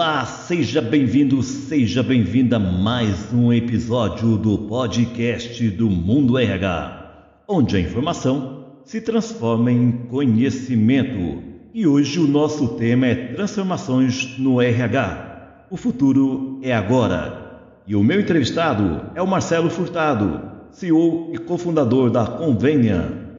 Olá, seja bem-vindo, seja bem-vinda a mais um episódio do podcast do Mundo RH, onde a informação se transforma em conhecimento. E hoje o nosso tema é transformações no RH. O futuro é agora. E o meu entrevistado é o Marcelo Furtado, CEO e cofundador da Convênia.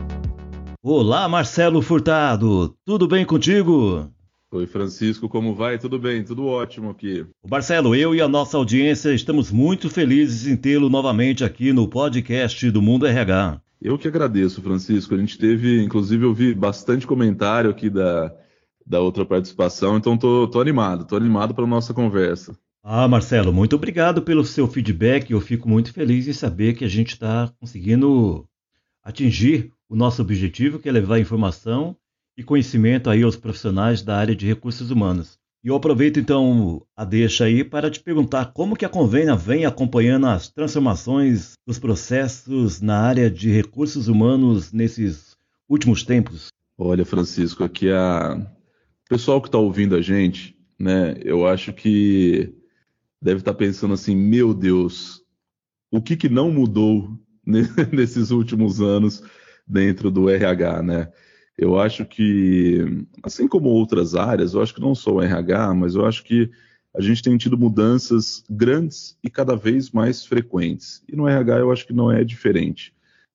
Olá, Marcelo Furtado, tudo bem contigo? Oi, Francisco, como vai? Tudo bem, tudo ótimo aqui. Marcelo, eu e a nossa audiência estamos muito felizes em tê-lo novamente aqui no podcast do Mundo RH. Eu que agradeço, Francisco. A gente teve, inclusive, eu vi bastante comentário aqui da outra participação, então tô animado para a nossa conversa. Marcelo, muito obrigado pelo seu feedback. Eu fico muito feliz em saber que a gente está conseguindo atingir o nosso objetivo, que é levar informação e conhecimento aí aos profissionais da área de recursos humanos. E eu aproveito então a deixa aí para te perguntar como que a Convênia vem acompanhando as transformações dos processos na área de recursos humanos nesses últimos tempos. Olha, Francisco, aqui o pessoal que está ouvindo a gente, né, eu acho que deve estar pensando assim, meu Deus, o que não mudou nesses últimos anos dentro do RH, né? Eu acho que, assim como outras áreas, eu acho que não só o RH, mas eu acho que a gente tem tido mudanças grandes e cada vez mais frequentes. E no RH eu acho que não é diferente.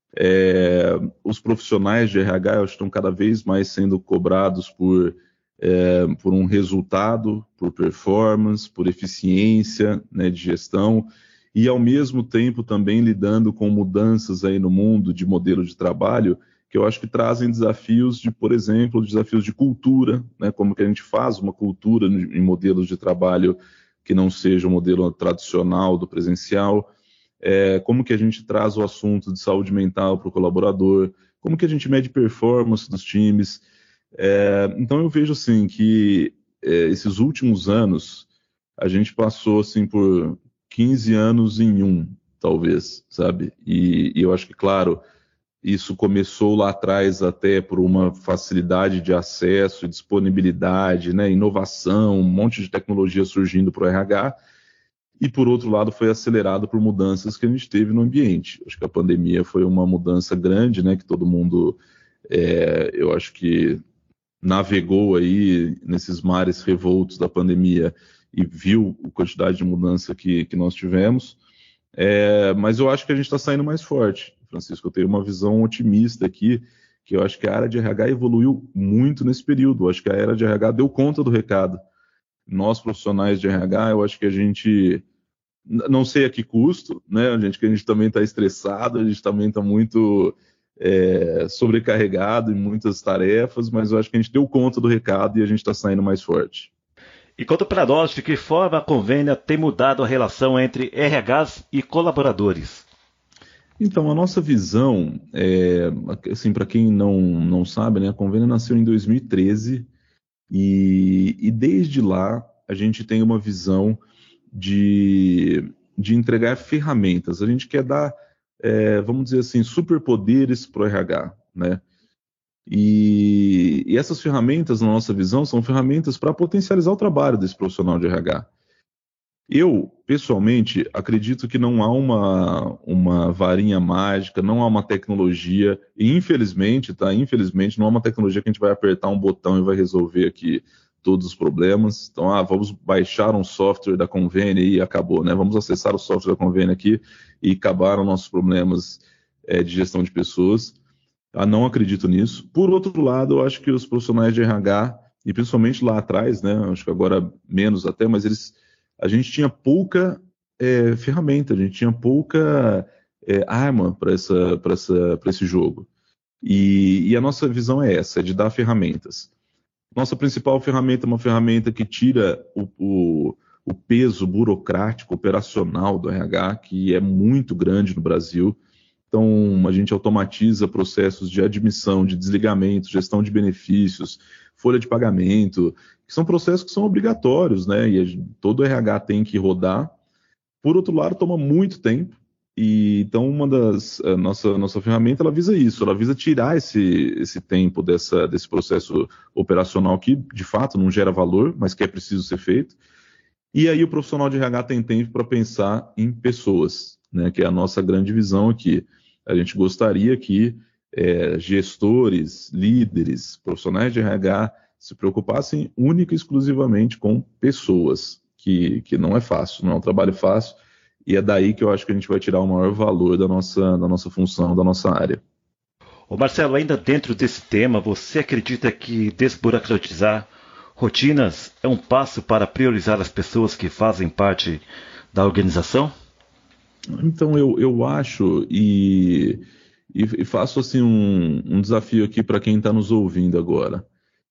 Os profissionais de RH eu acho que estão cada vez mais sendo cobrados por um resultado, por performance, por eficiência, né, de gestão, e ao mesmo tempo também lidando com mudanças aí no mundo de modelo de trabalho, que eu acho que trazem desafios de, por exemplo, desafios de cultura, né, como que a gente faz uma cultura em modelos de trabalho que não seja o modelo tradicional do presencial, como que a gente traz o assunto de saúde mental para o colaborador, como que a gente mede performance dos times. Então eu vejo assim que esses últimos anos a gente passou assim por 15 anos em um, talvez, sabe? E eu acho que, claro, isso começou lá atrás até por uma facilidade de acesso, disponibilidade, né, inovação, um monte de tecnologia surgindo para o RH, e por outro lado foi acelerado por mudanças que a gente teve no ambiente. Acho que a pandemia foi uma mudança grande, né, que todo mundo, eu acho que navegou aí nesses mares revoltos da pandemia e viu a quantidade de mudança que nós tivemos. Mas eu acho que a gente está saindo mais forte, Francisco. Eu tenho uma visão otimista aqui, que eu acho que a área de RH evoluiu muito nesse período. Eu acho que a área de RH deu conta do recado. Nós, profissionais de RH, eu acho que a gente, não sei a que custo, né? A gente também está estressado, a gente também está muito sobrecarregado em muitas tarefas, mas eu acho que a gente deu conta do recado e a gente está saindo mais forte. E conta para nós de que forma a Convênia tem mudado a relação entre RHs e colaboradores. Então, a nossa visão, assim, para quem não sabe, né, a Convênia nasceu em 2013 e desde lá a gente tem uma visão de entregar ferramentas. A gente quer dar, vamos dizer assim, superpoderes para o RH, né? E essas ferramentas, na nossa visão, são ferramentas para potencializar o trabalho desse profissional de RH. Eu, pessoalmente, acredito que não há uma varinha mágica, não há uma tecnologia, e infelizmente, tá? Infelizmente, não há uma tecnologia que a gente vai apertar um botão e vai resolver aqui todos os problemas. Então, vamos baixar um software da Convênia e acabou, né? Vamos acessar o software da Convênia aqui e acabaram nossos problemas de gestão de pessoas. Não acredito nisso. Por outro lado, eu acho que os profissionais de RH, e principalmente lá atrás, né? Acho que agora menos até, mas a gente tinha pouca ferramenta, a gente tinha pouca arma para esse jogo. E a nossa visão é essa, é de dar ferramentas. Nossa principal ferramenta é uma ferramenta que tira o peso burocrático, operacional do RH, que é muito grande no Brasil. Então, a gente automatiza processos de admissão, de desligamento, gestão de benefícios, folha de pagamento, que são processos que são obrigatórios, né? E todo RH tem que rodar. Por outro lado, toma muito tempo, E então a nossa ferramenta ela visa isso, ela visa tirar esse tempo desse processo operacional que de fato não gera valor, mas que é preciso ser feito. E aí o profissional de RH tem tempo para pensar em pessoas, né, que é a nossa grande visão aqui. A gente gostaria que gestores, líderes, profissionais de RH se preocupassem única e exclusivamente com pessoas, que não é fácil, não é um trabalho fácil, e é daí que eu acho que a gente vai tirar o maior valor da nossa função, da nossa área. Ô Marcelo, ainda dentro desse tema, você acredita que desburocratizar rotinas é um passo para priorizar as pessoas que fazem parte da organização? Então eu acho e faço assim um desafio aqui para quem está nos ouvindo agora.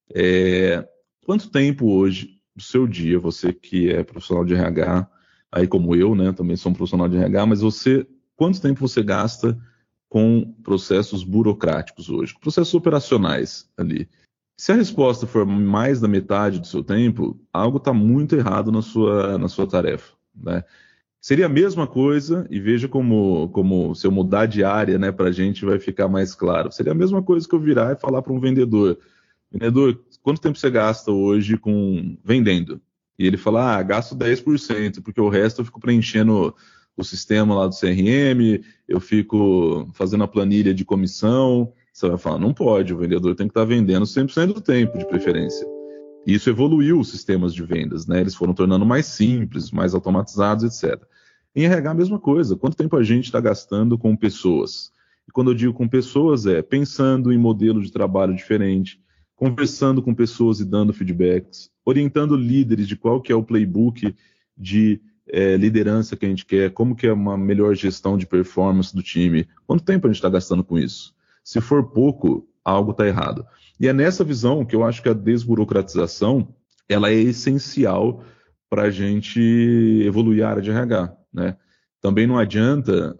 Quanto tempo hoje do seu dia, você que é profissional de RH, aí como eu, né, também sou um profissional de RH, mas quanto tempo você gasta com processos burocráticos hoje, processos operacionais ali? Se a resposta for mais da metade do seu tempo, algo está muito errado na sua tarefa, né? Seria a mesma coisa, e veja como se eu mudar de área, né, para a gente vai ficar mais claro. Seria a mesma coisa que eu virar e falar para um vendedor: vendedor, quanto tempo você gasta hoje vendendo? E ele fala: gasto 10%, porque o resto eu fico preenchendo o sistema lá do CRM, eu fico fazendo a planilha de comissão. Você vai falar: não pode, o vendedor tem que estar vendendo 100% do tempo, de preferência. E isso evoluiu os sistemas de vendas, né? Eles foram tornando mais simples, mais automatizados, etc. Em RH, a mesma coisa. Quanto tempo a gente está gastando com pessoas? E quando eu digo com pessoas, pensando em modelo de trabalho diferente, conversando com pessoas e dando feedbacks, orientando líderes de qual que é o playbook de liderança que a gente quer, como que é uma melhor gestão de performance do time. Quanto tempo a gente está gastando com isso? Se for pouco, algo está errado. E é nessa visão que eu acho que a desburocratização ela é essencial para a gente evoluir a área de RH, né? Também não adianta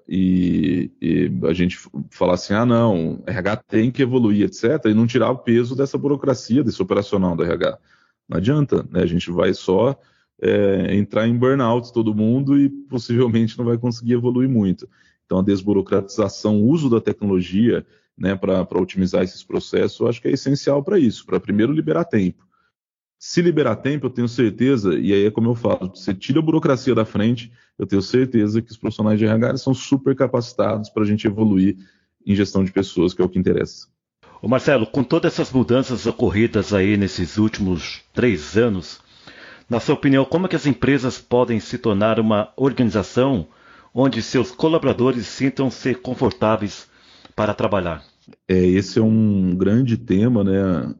e a gente falar assim: não, RH tem que evoluir, etc., e não tirar o peso dessa burocracia, desse operacional do RH. Não adianta, né? A gente vai só entrar em burnout todo mundo e possivelmente não vai conseguir evoluir muito. Então, a desburocratização, o uso da tecnologia, né, para otimizar esses processos, eu acho que é essencial para isso, para primeiro liberar tempo. Se liberar tempo, eu tenho certeza, e aí é como eu falo, você tira a burocracia da frente, eu tenho certeza que os profissionais de RH são super capacitados para a gente evoluir em gestão de pessoas, que é o que interessa. Ô Marcelo, com todas essas mudanças ocorridas aí nesses últimos 3 anos, na sua opinião, como é que as empresas podem se tornar uma organização onde seus colaboradores sintam-se confortáveis para trabalhar? Esse é um grande tema, né,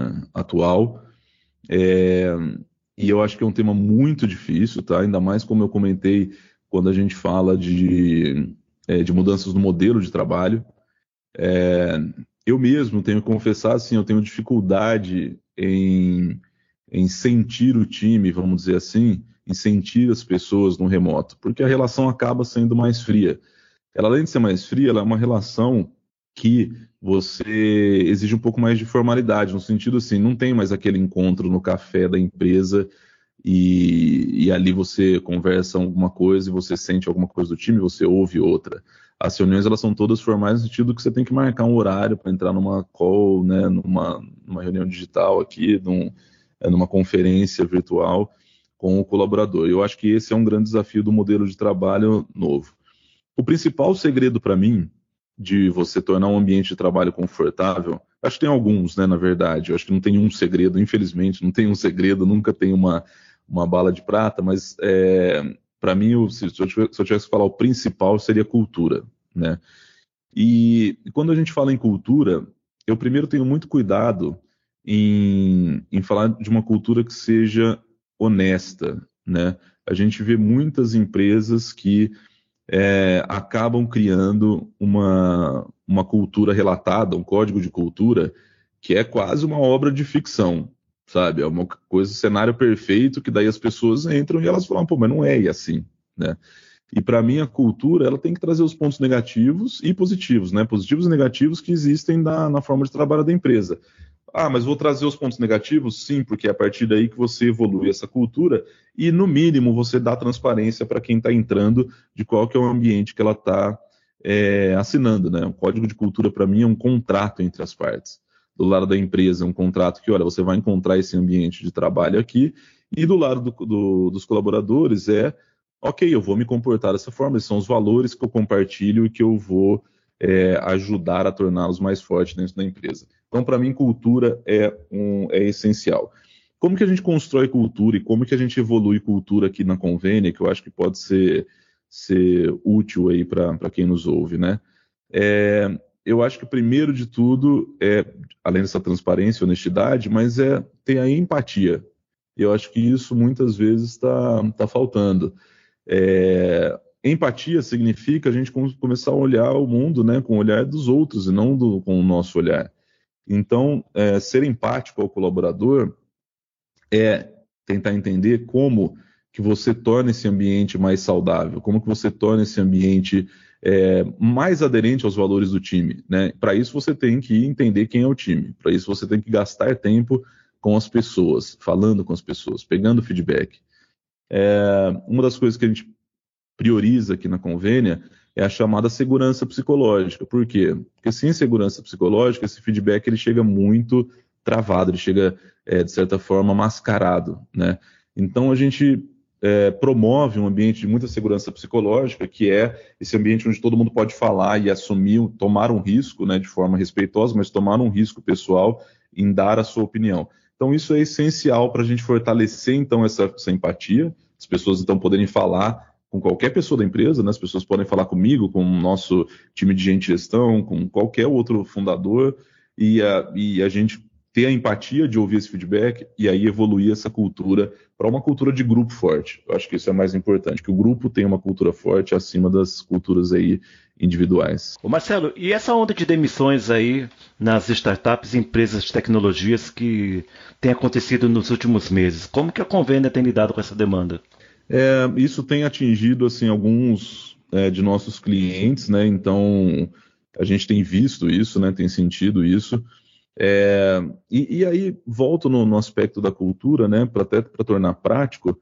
atual. É, e eu acho que é um tema muito difícil, tá? Ainda mais como eu comentei quando a gente fala de mudanças no modelo de trabalho. É, eu mesmo tenho que confessar, assim, eu tenho dificuldade em sentir o time, vamos dizer assim, em sentir as pessoas no remoto, porque a relação acaba sendo mais fria. Ela, além de ser mais fria, ela é uma relação que você exige um pouco mais de formalidade, no sentido assim, não tem mais aquele encontro no café da empresa e ali você conversa alguma coisa e você sente alguma coisa do time, você ouve outra. As reuniões, elas são todas formais no sentido que você tem que marcar um horário para entrar numa call, né, numa reunião digital aqui, numa conferência virtual com o colaborador. Eu acho que esse é um grande desafio do modelo de trabalho novo. O principal segredo para mim de você tornar um ambiente de trabalho confortável, acho que tem alguns, né, na verdade. Eu acho que não tem um segredo, infelizmente, não tem um segredo, nunca tem uma bala de prata, mas para mim, se eu tivesse que falar o principal, seria cultura, né? E quando a gente fala em cultura, eu primeiro tenho muito cuidado em falar de uma cultura que seja honesta, né? A gente vê muitas empresas que acabam criando uma cultura relatada, um código de cultura, que é quase uma obra de ficção, sabe? É uma coisa, cenário perfeito, que daí as pessoas entram e elas falam: pô, mas não é assim, né? E para mim a cultura ela tem que trazer os pontos negativos e positivos, né? Positivos e negativos que existem na forma de trabalho da empresa. Mas vou trazer os pontos negativos? Sim, porque é a partir daí que você evolui essa cultura e, no mínimo, você dá transparência para quem está entrando de qual que é o ambiente que ela está assinando, né? Um código de cultura, para mim, é um contrato entre as partes. Do lado da empresa, é um contrato que, olha, você vai encontrar esse ambiente de trabalho aqui, e do lado dos colaboradores ok, eu vou me comportar dessa forma, esses são os valores que eu compartilho e que eu vou ajudar a torná-los mais fortes dentro da empresa. Então, para mim, cultura é essencial. Como que a gente constrói cultura e como que a gente evolui cultura aqui na Convênia, que eu acho que pode ser útil aí para quem nos ouve, né? Eu acho que primeiro de tudo além dessa transparência e honestidade, mas ter a empatia. Eu acho que isso muitas vezes está faltando. Empatia significa a gente começar a olhar o mundo, né, com o olhar dos outros e não com o nosso olhar. Então, ser empático ao colaborador é tentar entender como que você torna esse ambiente mais saudável, como que você torna esse ambiente mais aderente aos valores do time, né? Para isso você tem que entender quem é o time, para isso você tem que gastar tempo com as pessoas, falando com as pessoas, pegando feedback. Uma das coisas que a gente prioriza aqui na Convênia é a chamada segurança psicológica. Por quê? Porque sem segurança psicológica, esse feedback ele chega muito travado, ele chega, de certa forma, mascarado, né? Então, a gente promove um ambiente de muita segurança psicológica, que é esse ambiente onde todo mundo pode falar e assumir, tomar um risco, né, de forma respeitosa, mas tomar um risco pessoal em dar a sua opinião. Então, isso é essencial para a gente fortalecer, então, essa empatia, as pessoas, então, poderem falar com qualquer pessoa da empresa, né? As pessoas podem falar comigo, com o nosso time de gente de gestão, com qualquer outro fundador, e a gente ter a empatia de ouvir esse feedback e aí evoluir essa cultura para uma cultura de grupo forte. Eu acho que isso é mais importante, que o grupo tenha uma cultura forte acima das culturas aí individuais. Ô Marcelo, e essa onda de demissões aí nas startups e empresas de tecnologias que tem acontecido nos últimos meses, como que a Convênia tem lidado com essa demanda? Isso tem atingido assim, alguns de nossos clientes, né? Então a gente tem visto isso, né? Tem sentido isso. E aí volto no aspecto da cultura, né? Para tornar prático.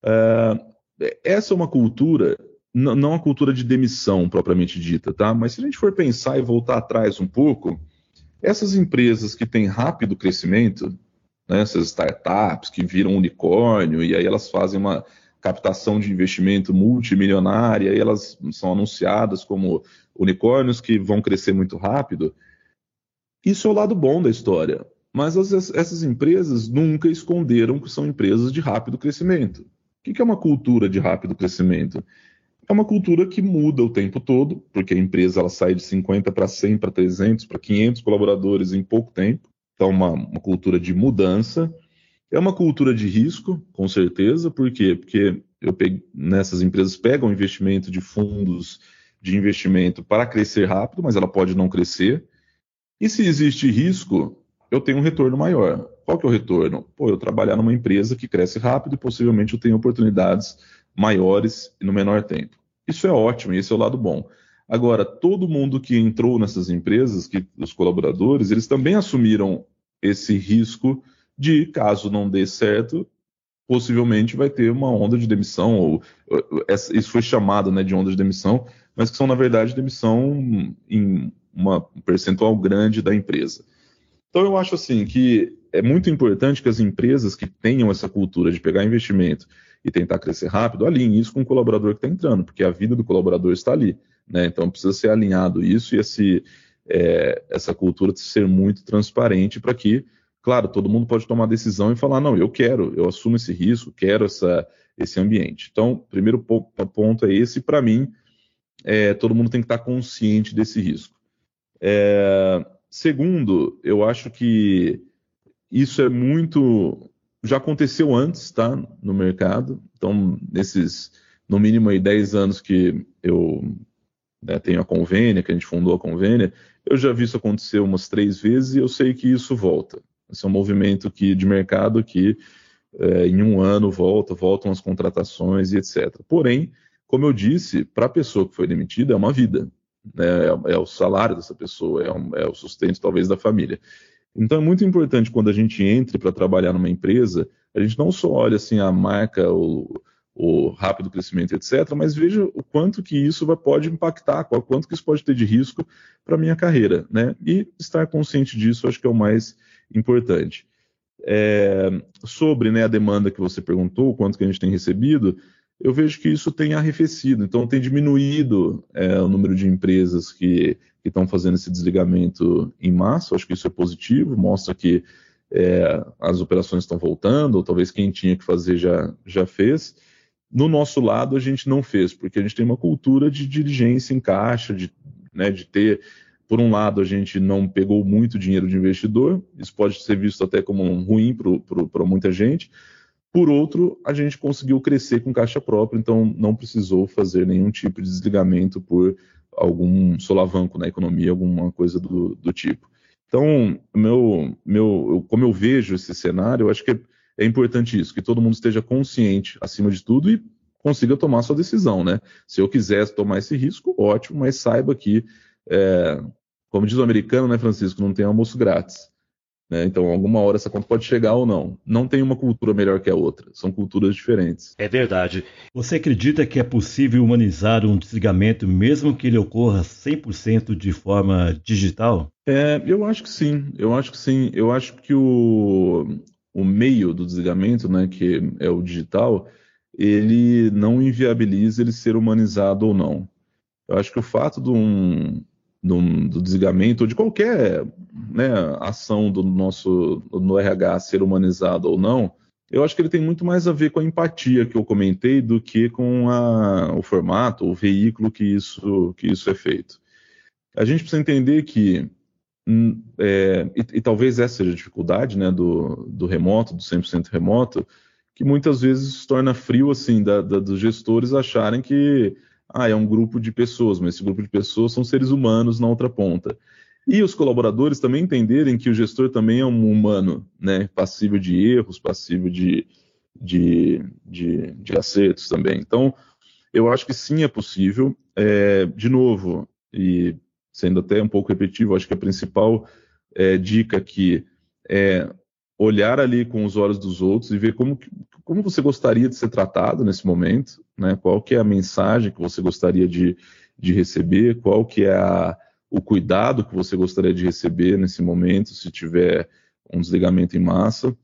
Essa é uma cultura, não a cultura de demissão propriamente dita, tá? Mas se a gente for pensar e voltar atrás um pouco, essas empresas que têm rápido crescimento, né? Essas startups que viram unicórnio e aí elas fazem uma captação de investimento multimilionária, e elas são anunciadas como unicórnios que vão crescer muito rápido. Isso é o lado bom da história. Mas essas empresas nunca esconderam que são empresas de rápido crescimento. O que é uma cultura de rápido crescimento? É uma cultura que muda o tempo todo, porque a empresa ela sai de 50 para 100, para 300, para 500 colaboradores em pouco tempo. Então, uma cultura de mudança. É uma cultura de risco, com certeza. Por quê? Porque nessas empresas pegam investimento de fundos de investimento para crescer rápido, mas ela pode não crescer. E se existe risco, eu tenho um retorno maior. Qual que é o retorno? Eu trabalhar numa empresa que cresce rápido e possivelmente eu tenho oportunidades maiores no menor tempo. Isso é ótimo, e esse é o lado bom. Agora, todo mundo que entrou nessas empresas, os colaboradores, eles também assumiram esse risco de, caso não dê certo, possivelmente vai ter uma onda de demissão, ou isso foi chamado, né, de onda de demissão, mas que são, na verdade, demissão em um percentual grande da empresa. Então, eu acho assim que é muito importante que as empresas que tenham essa cultura de pegar investimento e tentar crescer rápido, alinhem isso com o colaborador que está entrando, porque a vida do colaborador está ali, né? Então, precisa ser alinhado isso e essa cultura de ser muito transparente para que, claro, todo mundo pode tomar decisão e falar, não, eu assumo esse risco, quero esse ambiente. Então, primeiro ponto é esse, para mim, todo mundo tem que estar consciente desse risco. Segundo, eu acho que isso é muito... Já aconteceu antes, tá, no mercado. Então, no mínimo, aí, 10 anos que eu tenho a Convênia, que a gente fundou a Convênia, eu já vi isso acontecer umas 3 vezes e eu sei que isso volta. Esse é um movimento de mercado que em um ano voltam as contratações e etc. Porém, como eu disse, para a pessoa que foi demitida é uma vida, né? É o salário dessa pessoa, é o sustento talvez da família. Então é muito importante quando a gente entre para trabalhar numa empresa, a gente não só olha assim a marca, o rápido crescimento, etc., mas veja o quanto que isso pode impactar, quanto que isso pode ter de risco para a minha carreira, né? E estar consciente disso, acho que é o mais importante. Sobre, né, a demanda que você perguntou, quanto que a gente tem recebido, eu vejo que isso tem arrefecido, então tem diminuído o número de empresas que estão fazendo esse desligamento em massa. Acho que isso é positivo, mostra que as operações estão voltando, ou talvez quem tinha que fazer já fez. No nosso lado, a gente não fez, porque a gente tem uma cultura de diligência em caixa, né, de ter, por um lado, a gente não pegou muito dinheiro de investidor, isso pode ser visto até como ruim para muita gente. Por outro, a gente conseguiu crescer com caixa própria, então não precisou fazer nenhum tipo de desligamento por algum solavanco na economia, alguma coisa do tipo. Então, como eu vejo esse cenário, eu acho que é importante isso, que todo mundo esteja consciente, acima de tudo, e consiga tomar sua decisão, né? Se eu quisesse tomar esse risco, ótimo, mas saiba que, como diz o americano, né, Francisco, não tem almoço grátis. Né? Então, alguma hora essa conta pode chegar ou não. Não tem uma cultura melhor que a outra, são culturas diferentes. É verdade. Você acredita que é possível humanizar um desligamento mesmo que ele ocorra 100% de forma digital? Eu acho que sim, eu acho que sim. Eu acho que o meio do desligamento, né, que é o digital, ele não inviabiliza ele ser humanizado ou não. Eu acho que o fato do desligamento, ou de qualquer, né, ação no RH ser humanizado ou não, eu acho que ele tem muito mais a ver com a empatia que eu comentei do que com o formato, o veículo que isso é feito. A gente precisa entender que, e talvez essa seja a dificuldade, né, do remoto, do 100% remoto, que muitas vezes se torna frio, assim, dos gestores acharem que é um grupo de pessoas, mas esse grupo de pessoas são seres humanos na outra ponta. E os colaboradores também entenderem que o gestor também é um humano, né, passível de erros, passível de acertos também. Então, eu acho que sim, é possível. De novo, e sendo até um pouco repetitivo, acho que a principal dica aqui é olhar ali com os olhos dos outros e ver como você gostaria de ser tratado nesse momento, né? Qual que é a mensagem que você gostaria de receber, qual que é o cuidado que você gostaria de receber nesse momento, se tiver um desligamento em massa.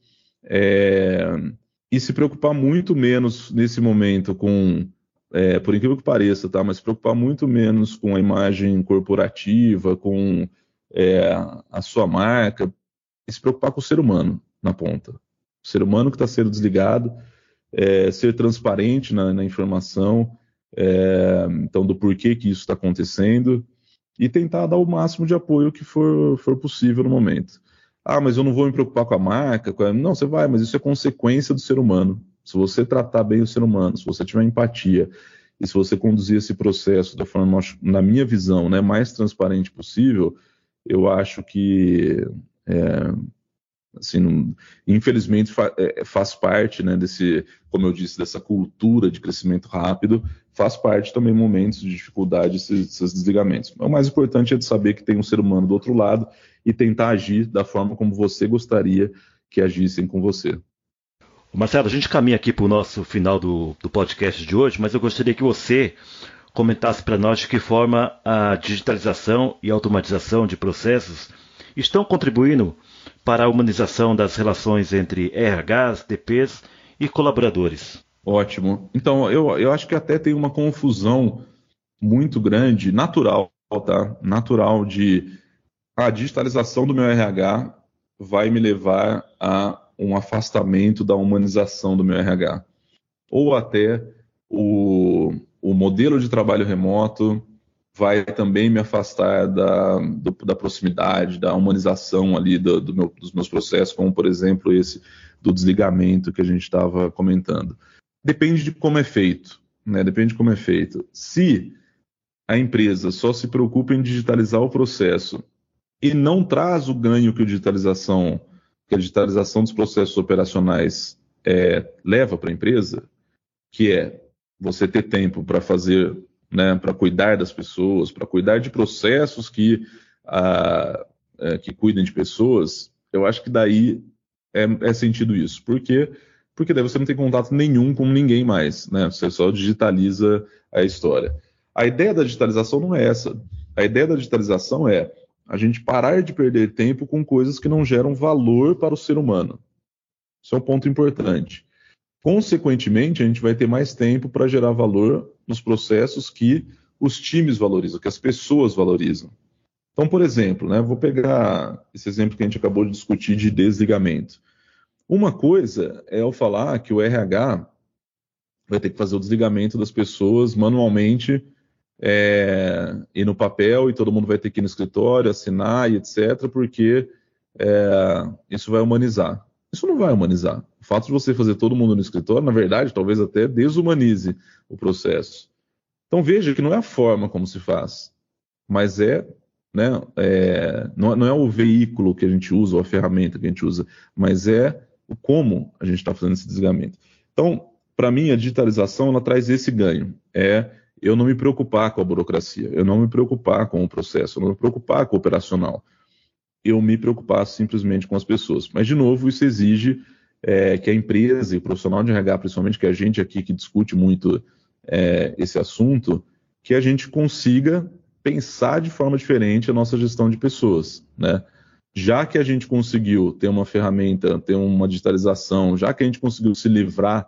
E se preocupar muito menos nesse momento por incrível que pareça, tá? Mas se preocupar muito menos com a imagem corporativa, com a sua marca, e se preocupar com o ser humano na ponta. O ser humano que está sendo desligado, ser transparente na informação, então do porquê que isso está acontecendo, e tentar dar o máximo de apoio que for possível no momento. Mas eu não vou me preocupar com a marca. Não, você vai, mas isso é consequência do ser humano. Se você tratar bem o ser humano, se você tiver empatia, e se você conduzir esse processo da forma, na minha visão, né, mais transparente possível, eu acho que, assim, infelizmente faz parte, né, como eu disse, dessa cultura de crescimento rápido, faz parte também momentos de dificuldade, esses desligamentos. O mais importante é de saber que tem um ser humano do outro lado e tentar agir da forma como você gostaria que agissem com você. Marcelo, a gente caminha aqui para o nosso final do podcast de hoje, mas eu gostaria que você comentasse para nós de que forma a digitalização e automatização de processos estão contribuindo para a humanização das relações entre RHs, TPs e colaboradores. Ótimo. Então, eu acho que até tem uma confusão muito grande, natural, tá? Natural de a digitalização do meu RH vai me levar a um afastamento da humanização do meu RH. Ou até o modelo de trabalho remoto vai também me afastar da proximidade, da humanização ali dos meus processos, como, por exemplo, esse do desligamento que a gente estava comentando. Depende de como é feito, né? Depende de como é feito. Se a empresa só se preocupa em digitalizar o processo e não traz o ganho que a digitalização dos processos operacionais leva para a empresa, que é você ter tempo para fazer, né, para cuidar das pessoas, para cuidar de processos que cuidem de pessoas, Eu acho que daí é sentido isso. Por quê? Porque daí você não tem contato nenhum com ninguém mais, né? Você só digitaliza a história. A ideia da digitalização não é essa. A ideia da digitalização é a gente parar de perder tempo com coisas que não geram valor para o ser humano. Isso é um ponto importante. Consequentemente, a gente vai ter mais tempo para gerar valor nos processos que os times valorizam, que as pessoas valorizam. Então, por exemplo, né, vou pegar esse exemplo que a gente acabou de discutir de desligamento. Uma coisa é eu falar que o RH vai ter que fazer o desligamento das pessoas manualmente e no papel, e todo mundo vai ter que ir no escritório, assinar e etc., porque isso vai humanizar. Isso não vai humanizar. O fato de você fazer todo mundo no escritório, na verdade, talvez até desumanize o processo. Então veja que não é a forma como se faz, mas né, não é o veículo que a gente usa, ou a ferramenta que a gente usa, mas é o como a gente está fazendo esse desligamento. Então, para mim, a digitalização ela traz esse ganho. Eu não me preocupar com a burocracia, eu não me preocupar com o processo, eu não me preocupar com o operacional. Eu me preocupar simplesmente com as pessoas. Mas, de novo, isso exige que a empresa e o profissional de RH, principalmente que a gente aqui que discute muito esse assunto, que a gente consiga pensar de forma diferente a nossa gestão de pessoas, né? Já que a gente conseguiu ter uma ferramenta, ter uma digitalização, já que a gente conseguiu se livrar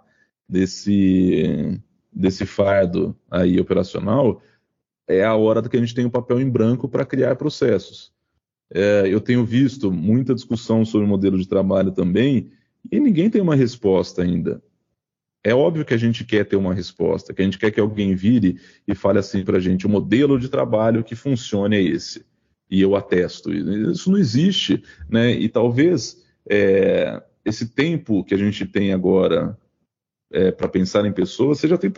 desse fardo aí operacional, é a hora que a gente tem um papel em branco para criar processos. Eu tenho visto muita discussão sobre o modelo de trabalho também, e ninguém tem uma resposta ainda. É óbvio que a gente quer ter uma resposta, que a gente quer que alguém vire e fale assim para a gente, o modelo de trabalho que funcione é esse. E eu atesto. Isso não existe, né? E talvez esse tempo que a gente tem agora para pensar em pessoas, seja tempo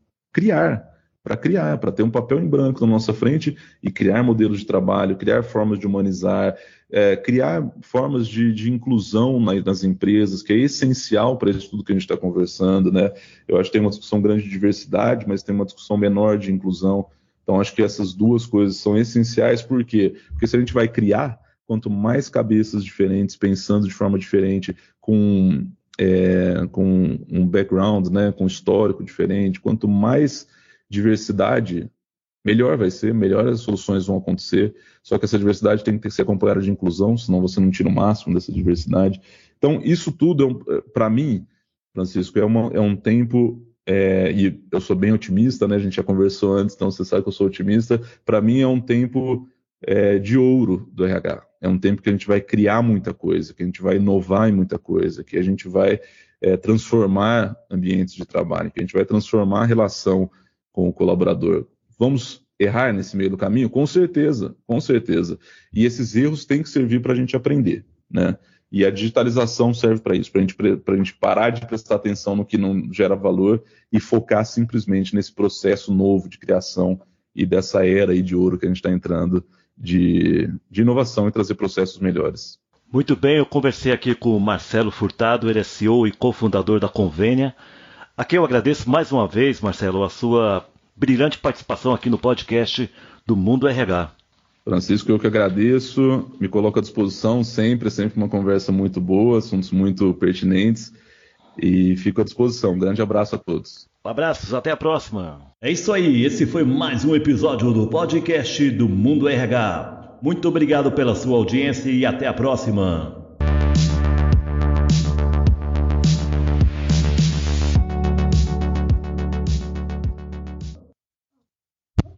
para ter um papel em branco na nossa frente e criar modelos de trabalho, criar formas de humanizar, criar formas de inclusão nas empresas, que é essencial para isso tudo que a gente está conversando, né? Eu acho que tem uma discussão grande de diversidade, mas tem uma discussão menor de inclusão. Então, acho que essas duas coisas são essenciais. Por quê? Porque se a gente vai criar, quanto mais cabeças diferentes, pensando de forma diferente, com um background, né, com um histórico diferente, quanto mais diversidade, melhor vai ser, melhores as soluções vão acontecer. Só que essa diversidade tem que ser acompanhada de inclusão, senão você não tira o máximo dessa diversidade. Então, isso tudo, para mim, Francisco, é um tempo, e eu sou bem otimista, né? A gente já conversou antes, então você sabe que eu sou otimista. Para mim, é um tempo de ouro do RH. É um tempo que a gente vai criar muita coisa, que a gente vai inovar em muita coisa, que a gente vai transformar ambientes de trabalho, que a gente vai transformar a relação com o colaborador. Vamos errar nesse meio do caminho? Com certeza, com certeza. E esses erros têm que servir para a gente aprender, né? E a digitalização serve para isso, para a gente parar de prestar atenção no que não gera valor e focar simplesmente nesse processo novo de criação e dessa era aí de ouro que a gente está entrando de inovação e trazer processos melhores. Muito bem, eu conversei aqui com o Marcelo Furtado, ele é CEO e cofundador da Convênia. Aqui eu agradeço mais uma vez, Marcelo, a sua brilhante participação aqui no podcast do Mundo RH. Francisco, eu que agradeço, me coloco à disposição sempre uma conversa muito boa, assuntos muito pertinentes e fico à disposição. Um grande abraço a todos. Abraços, até a próxima. É isso aí, esse foi mais um episódio do podcast do Mundo RH. Muito obrigado pela sua audiência e até a próxima.